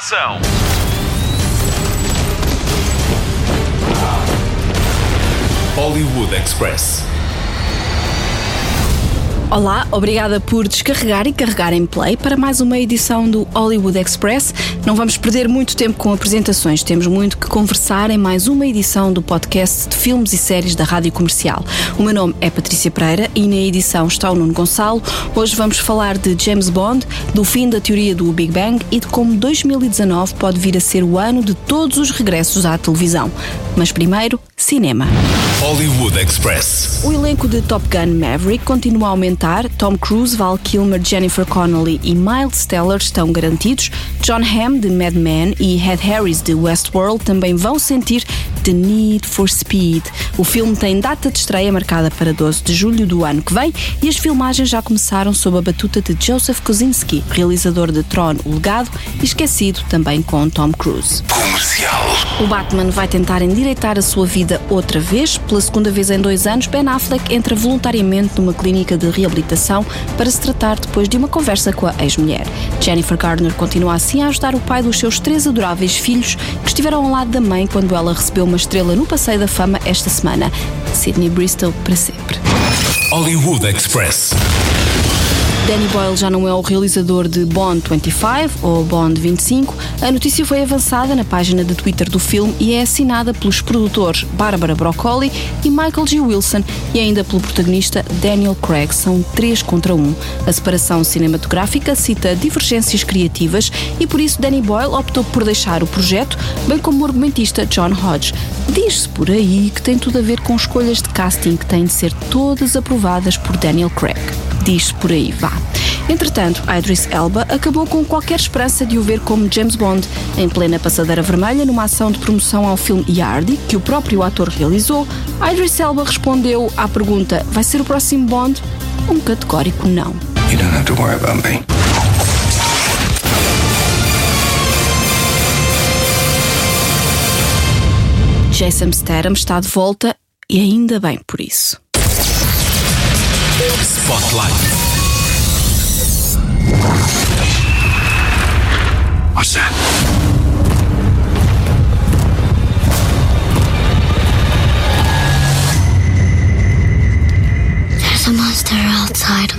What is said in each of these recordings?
Ação! Hollywood Express. Olá, obrigada por descarregar e carregar em play para mais uma edição do Hollywood Express. Não vamos perder muito tempo com apresentações, temos muito que conversar em mais uma edição do podcast de filmes e séries da Rádio Comercial. O meu nome é Patrícia Pereira e na edição está o Nuno Gonçalo. Hoje vamos falar de James Bond, do fim da teoria do Big Bang e de como 2019 pode vir a ser o ano de todos os regressos à televisão. Mas primeiro, cinema. Hollywood Express. O elenco de Top Gun Maverick continua a aumentar. Tom Cruise, Val Kilmer, Jennifer Connelly e Miles Teller estão garantidos. John Hamm, de Mad Men, e Ed Harris, de Westworld, também vão sentir The Need for Speed. O filme tem data de estreia marcada para 12 de julho do ano que vem e as filmagens já começaram sob a batuta de Joseph Kosinski, realizador de Tron, o Legado, e esquecido também com Tom Cruise. Comercial. O Batman vai tentar endireitar a sua vida outra vez. Pela segunda vez em 2 anos, Ben Affleck entra voluntariamente numa clínica de reabilitação para se tratar depois de uma conversa com a ex-mulher. Jennifer Garner continua assim a ajudar o pai dos seus 3 adoráveis filhos que estiveram ao lado da mãe quando ela recebeu uma estrela no Passeio da Fama esta semana. Sydney Bristol para sempre. Hollywood Express. Danny Boyle já não é o realizador de Bond 25 ou Bond 25. A notícia foi avançada na página de Twitter do filme e é assinada pelos produtores Barbara Broccoli e Michael G. Wilson e ainda pelo protagonista Daniel Craig. São 3 contra 1. A separação cinematográfica cita divergências criativas e por isso Danny Boyle optou por deixar o projeto, bem como o argumentista John Hodge. Diz-se por aí que tem tudo a ver com escolhas de casting que têm de ser todas aprovadas por Daniel Craig. Diz-se por aí, vá. Entretanto, Idris Elba acabou com qualquer esperança de o ver como James Bond. Em plena passadeira vermelha, numa ação de promoção ao filme Yardy, que o próprio ator realizou, Idris Elba respondeu à pergunta: vai ser o próximo Bond? Um categórico não. You don't have to worry about me. Jason Statham está de volta e ainda bem por isso. Spotlight. What's that? There's a monster outside.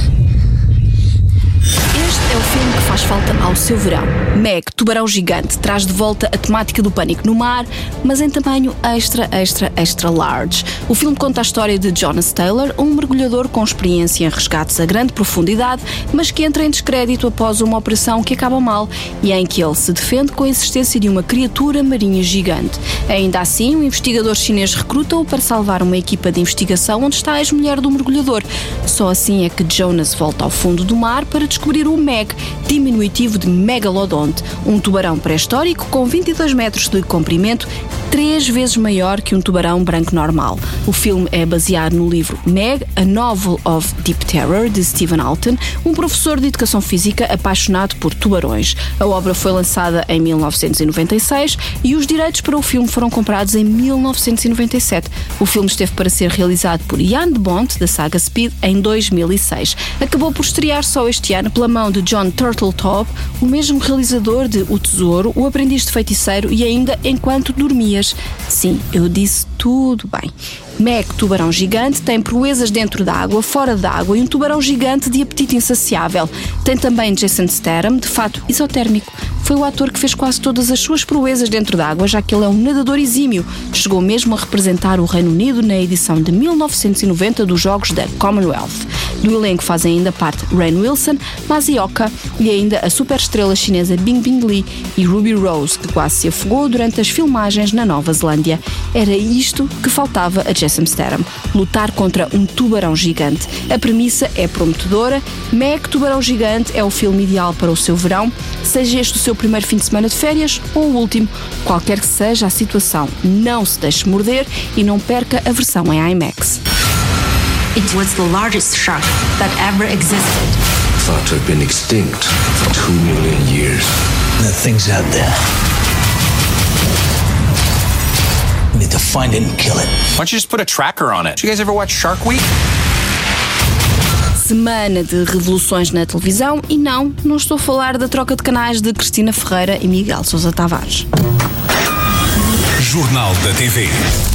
Este é o filme que faz falta ao seu verão. Meg, Tubarão Gigante, traz de volta a temática do pânico no mar, mas em tamanho extra large. O filme conta a história de Jonas Taylor, um mergulhador com experiência em resgates a grande profundidade, mas que entra em descrédito após uma operação que acaba mal e em que ele se defende com a existência de uma criatura marinha gigante. Ainda assim, um investigador chinês recruta-o para salvar uma equipa de investigação onde está a ex-mulher do mergulhador. Só assim é que Jonas volta ao fundo do mar para descobrir o Meg, diminutivo de Megalodonte, um tubarão pré-histórico com 22 metros de comprimento, 3 vezes maior que um tubarão branco normal. O filme é baseado no livro Meg, A Novel of Deep Terror, de Stephen Alton, um professor de educação física apaixonado por tubarões. A obra foi lançada em 1996 e os direitos para o filme foram comprados em 1997. O filme esteve para ser realizado por Jan de Bont, da saga Speed, em 2006. Acabou por estrear só este ano pela mão de John Turteltaub, o mesmo realizador de O Tesouro, O Aprendiz de Feiticeiro e ainda Enquanto Dormias. Sim, eu disse tudo bem. Meg, tubarão gigante, tem proezas dentro d'água, fora d'água e um tubarão gigante de apetite insaciável. Tem também Jason Statham, de fato isotérmico. Foi o ator que fez quase todas as suas proezas dentro d'água, já que ele é um nadador exímio. Chegou mesmo a representar o Reino Unido na edição de 1990 dos Jogos da Commonwealth. Do elenco fazem ainda parte Rainn Wilson, Masioka e ainda a superestrela chinesa Bingbing Li e Ruby Rose, que quase se afogou durante as filmagens na Nova Zelândia. Era isto que faltava a Jason Statham, lutar contra um tubarão gigante. A premissa é prometedora. Meg, Tubarão Gigante é o filme ideal para o seu verão, seja este o seu primeiro fim de semana de férias ou o último. Qualquer que seja a situação, não se deixe morder e não perca a versão em IMAX. It was the largest shark that ever existed. Thought to have been extinct for 2 million years. The thing's out there. We need to find it and kill it. Why don't you just put a tracker on it? Did you guys ever watch Shark Week? Semana de revoluções na televisão e não estou a falar da troca de canais de Cristina Ferreira e Miguel Sousa Tavares. Jornal da TV.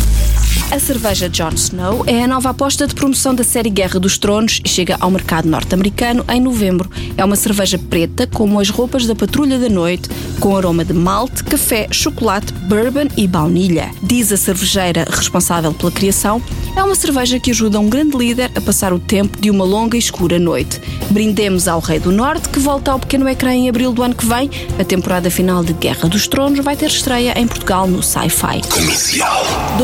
A cerveja Jon Snow é a nova aposta de promoção da série Guerra dos Tronos e chega ao mercado norte-americano em novembro. É uma cerveja preta, como as roupas da Patrulha da Noite, com aroma de malte, café, chocolate, bourbon e baunilha. Diz a cervejeira responsável pela criação, é uma cerveja que ajuda um grande líder a passar o tempo de uma longa e escura noite. Brindemos ao Rei do Norte, que volta ao pequeno ecrã em abril do ano que vem. A temporada final de Guerra dos Tronos vai ter estreia em Portugal no Sci-Fi. Comercial.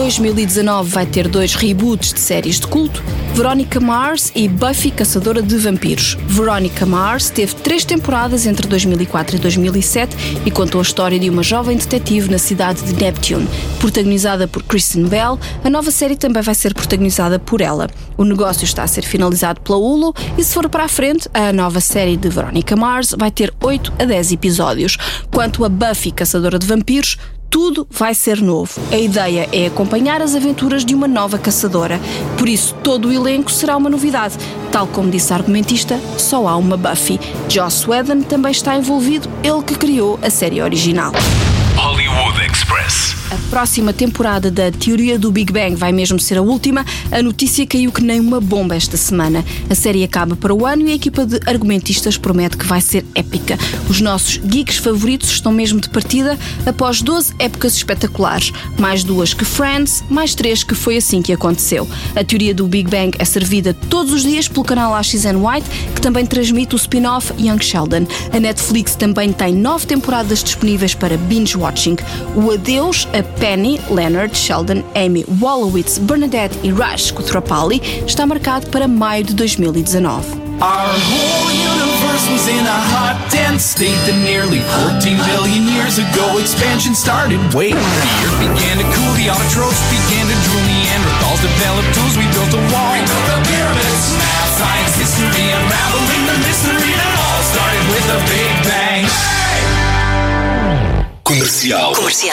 2019 vai ter 2 reboots de séries de culto, Veronica Mars e Buffy, Caçadora de Vampiros. Veronica Mars teve 3 temporadas entre 2004 e 2007 e contou a história de uma jovem detetive na cidade de Neptune. Protagonizada por Kristen Bell, a nova série também vai ser protagonizada por ela. O negócio está a ser finalizado pela Hulu e, se for para a frente, a nova série de Veronica Mars vai ter 8 a 10 episódios. Quanto a Buffy, Caçadora de Vampiros, tudo vai ser novo. A ideia é acompanhar as aventuras de uma nova caçadora. Por isso, todo o elenco será uma novidade. Tal como disse a argumentista, só há uma Buffy. Joss Whedon também está envolvido, ele que criou a série original. Hollywood Express. A próxima temporada da Teoria do Big Bang vai mesmo ser a última. A notícia caiu que nem uma bomba esta semana. A série acaba para o ano e a equipa de argumentistas promete que vai ser épica. Os nossos geeks favoritos estão mesmo de partida após 12 épocas espetaculares. Mais 2 que Friends, mais 3 que Foi Assim que Aconteceu. A Teoria do Big Bang é servida todos os dias pelo canal AXN-White, que também transmite o spin-off Young Sheldon. A Netflix também tem 9 temporadas disponíveis para binge-watching. O adeus a Penny, Leonard, Sheldon, Amy, Wolowitz, Bernadette e Raj Kutrapali está marcado para maio de 2019. Our whole universe was in a hot, dense state that nearly 14 billion years ago expansion started. Wait, the earth began to cool, the autotrophs began to drool, Neanderthals developed tools, we built a wall. We built the pyramids, math, science, history, unraveling the mystery that all started with a Big Bang. Comercial.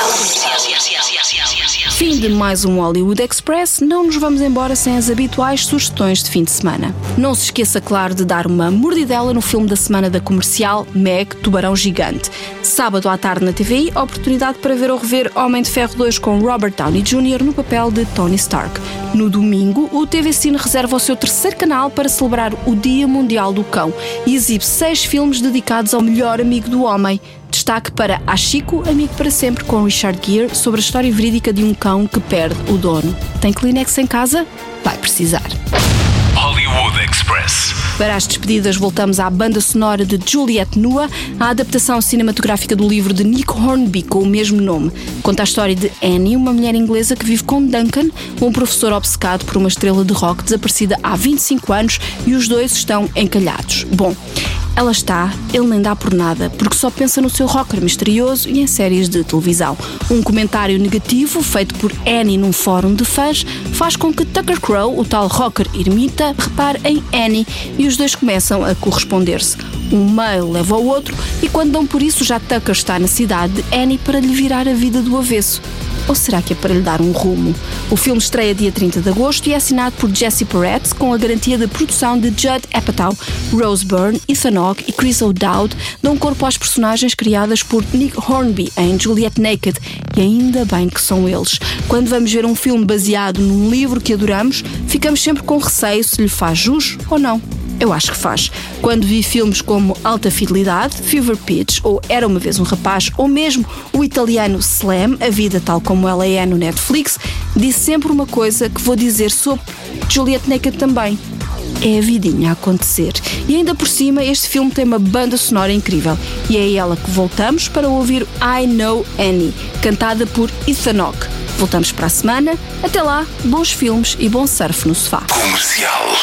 Fim de mais um Hollywood Express. Não nos vamos embora sem as habituais sugestões de fim de semana. Não se esqueça, claro, de dar uma mordidela no filme da semana da Comercial, Meg, Tubarão Gigante. Sábado à tarde na TVI, oportunidade para ver ou rever Homem de Ferro 2 com Robert Downey Jr. no papel de Tony Stark. No domingo, o TV Cine reserva o seu 3º canal para celebrar o Dia Mundial do Cão e exibe 6 filmes dedicados ao melhor amigo do homem. Destaque para Hachiko, Amigo para Sempre, com Richard Gere, sobre a história verídica de um cão que perde o dono. Tem Kleenex em casa? Vai precisar. Hollywood Express. Para as despedidas, voltamos à banda sonora de Juliette Nua, a adaptação cinematográfica do livro de Nick Hornby com o mesmo nome. Conta a história de Annie, uma mulher inglesa que vive com Duncan, um professor obcecado por uma estrela de rock desaparecida há 25 anos, e os dois estão encalhados. Bom, ela está, ele nem dá por nada, porque só pensa no seu rocker misterioso e em séries de televisão. Um comentário negativo feito por Annie num fórum de fãs faz com que Tucker Crowe, o tal rocker ermita, repare em Annie e os dois começam a corresponder-se. Um mail leva ao outro e quando dão por isso já Tucker está na cidade de Annie para lhe virar a vida do avesso. Ou será que é para lhe dar um rumo? O filme estreia dia 30 de agosto e é assinado por Jesse Peretz, com a garantia de produção de Judd Apatow. Rose Byrne, Ethan Hawke e Chris O'Dowd dão corpo às personagens criadas por Nick Hornby em Juliet Naked, e ainda bem que são eles. Quando vamos ver um filme baseado num livro que adoramos, ficamos sempre com receio se lhe faz jus ou não. Eu acho que faz. Quando vi filmes como Alta Fidelidade, Fever Pitch ou Era Uma Vez um Rapaz, ou mesmo o italiano Slam, A Vida Tal Como Ela É no Netflix, disse sempre uma coisa que vou dizer sobre Juliet Naked também. É a vidinha a acontecer. E ainda por cima, este filme tem uma banda sonora incrível. E é a ela que voltamos para ouvir I Know Annie, cantada por Ethan Hawke. Voltamos para a semana. Até lá, bons filmes e bom surf no sofá. Comercial.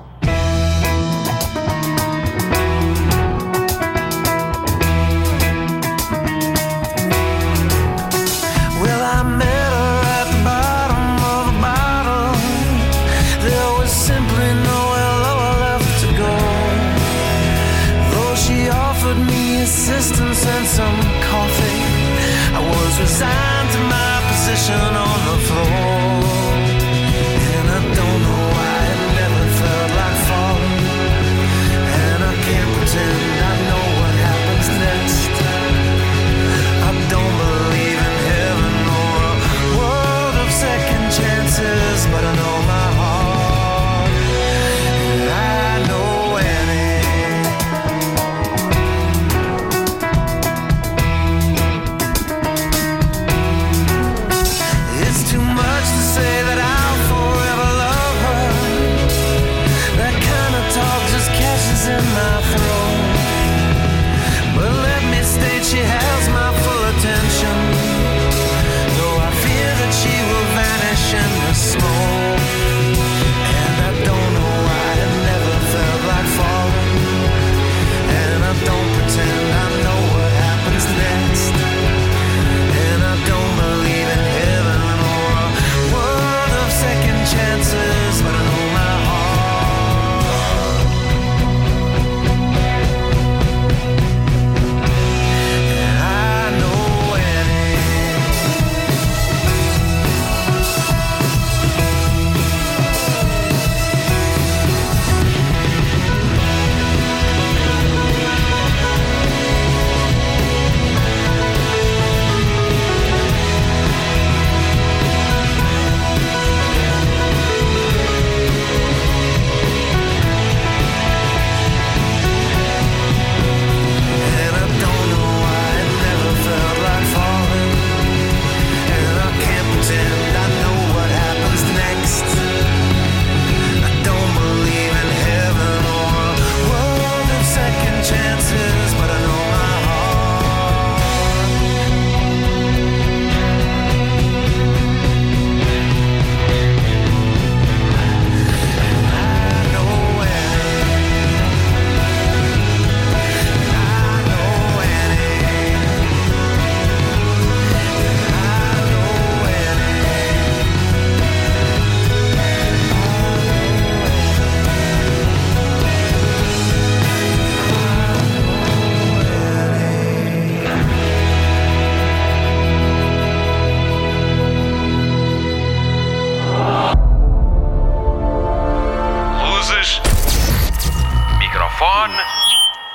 Assistance and some coffee. I was resigned to my position on the floor, and I don't know why it never felt like falling.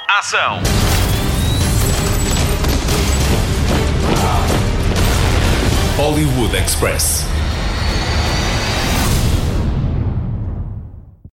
ação. Hollywood Express.